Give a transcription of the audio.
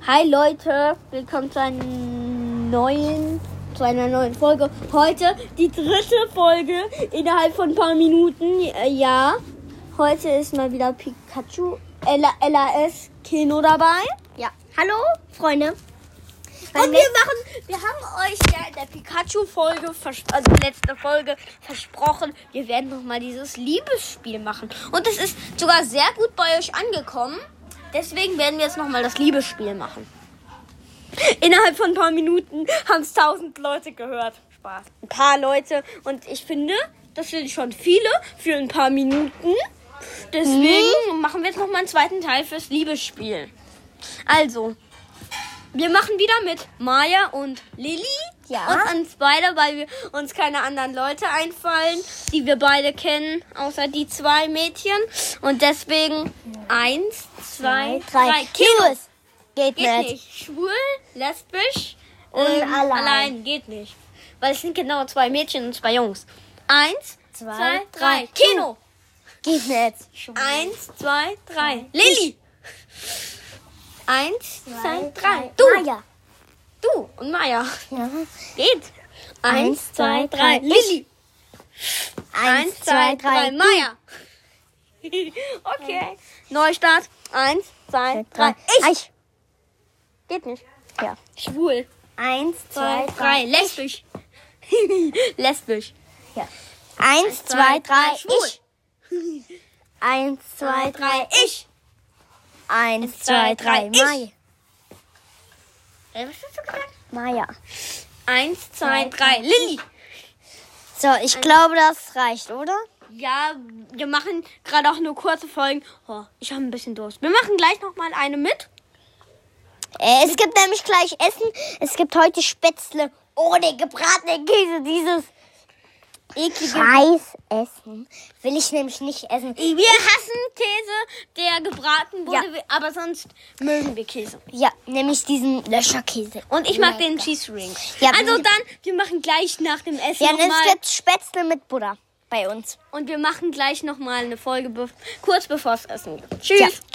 Hi Leute, willkommen zu einer neuen Folge. Heute die 3. Folge innerhalb von ein paar Minuten. Ja, heute ist mal wieder Pikachu, LAS Keno dabei. Ja, hallo Freunde. Und wir haben euch ja in der Pikachu-Folge, also letzte Folge, versprochen, wir werden nochmal dieses Liebesspiel machen. Und es ist sogar sehr gut bei euch angekommen. Deswegen werden wir jetzt nochmal das Liebesspiel machen. Innerhalb von ein paar Minuten haben es 1000 Leute gehört. Spaß. Ein paar Leute. Und ich finde, das sind schon viele für ein paar Minuten. Deswegen machen wir jetzt nochmal einen zweiten Teil fürs Liebesspiel. Also, wir machen wieder mit Maya und Lilly. Ja. Und uns beide, weil wir uns keine anderen Leute einfallen, die wir beide kennen, außer die 2 Mädchen. Und deswegen 1, 2, 3. Kinos. Geht Geht nicht. nicht. Schwul, lesbisch Und allein. Geht nicht. Weil es sind genau 2 Mädchen und 2 Jungs. 1, 2, 3. Kino. Geht nicht. 1, 2, 3. Lilly. 1, 2, 3. Du. Du. Du und Maya. Ja. Geht. 1, 2, 3. Lilly. 1, 2, 3. Maya. Okay. Neustart. 1, 2, 3. Ich. Geht nicht. Ja. Schwul. 1, 2, 3. Lesbisch. Lesbisch. Ja. 1, 2, 3. Schwul. Ich. 1, 2, 3. Ich. 1, 2, 3. Ich. Maya. Was hast du gesagt? Maya. 1, 2, 3. Lilly. So, ich glaube, das reicht, oder? Ja, wir machen gerade auch nur kurze Folgen. Oh, ich habe ein bisschen Durst. Wir machen gleich noch mal eine mit. Es gibt nämlich gleich Essen. Es gibt heute Spätzle ohne gebratenen Käse. Dieses eklige Scheißessen will ich nämlich nicht essen. Wir hassen Käse, der gebraten wurde, aber sonst mögen wir Käse. Ja, nämlich diesen Löcherkäse. Und ich mag den Cheese Ring. Ja, Also dann, wir machen gleich nach dem Essen Ja, noch mal. es gibt Spätzle mit Butter bei uns. Und wir machen gleich noch mal eine Folge kurz bevor es Essen gibt. Tschüss. Ja.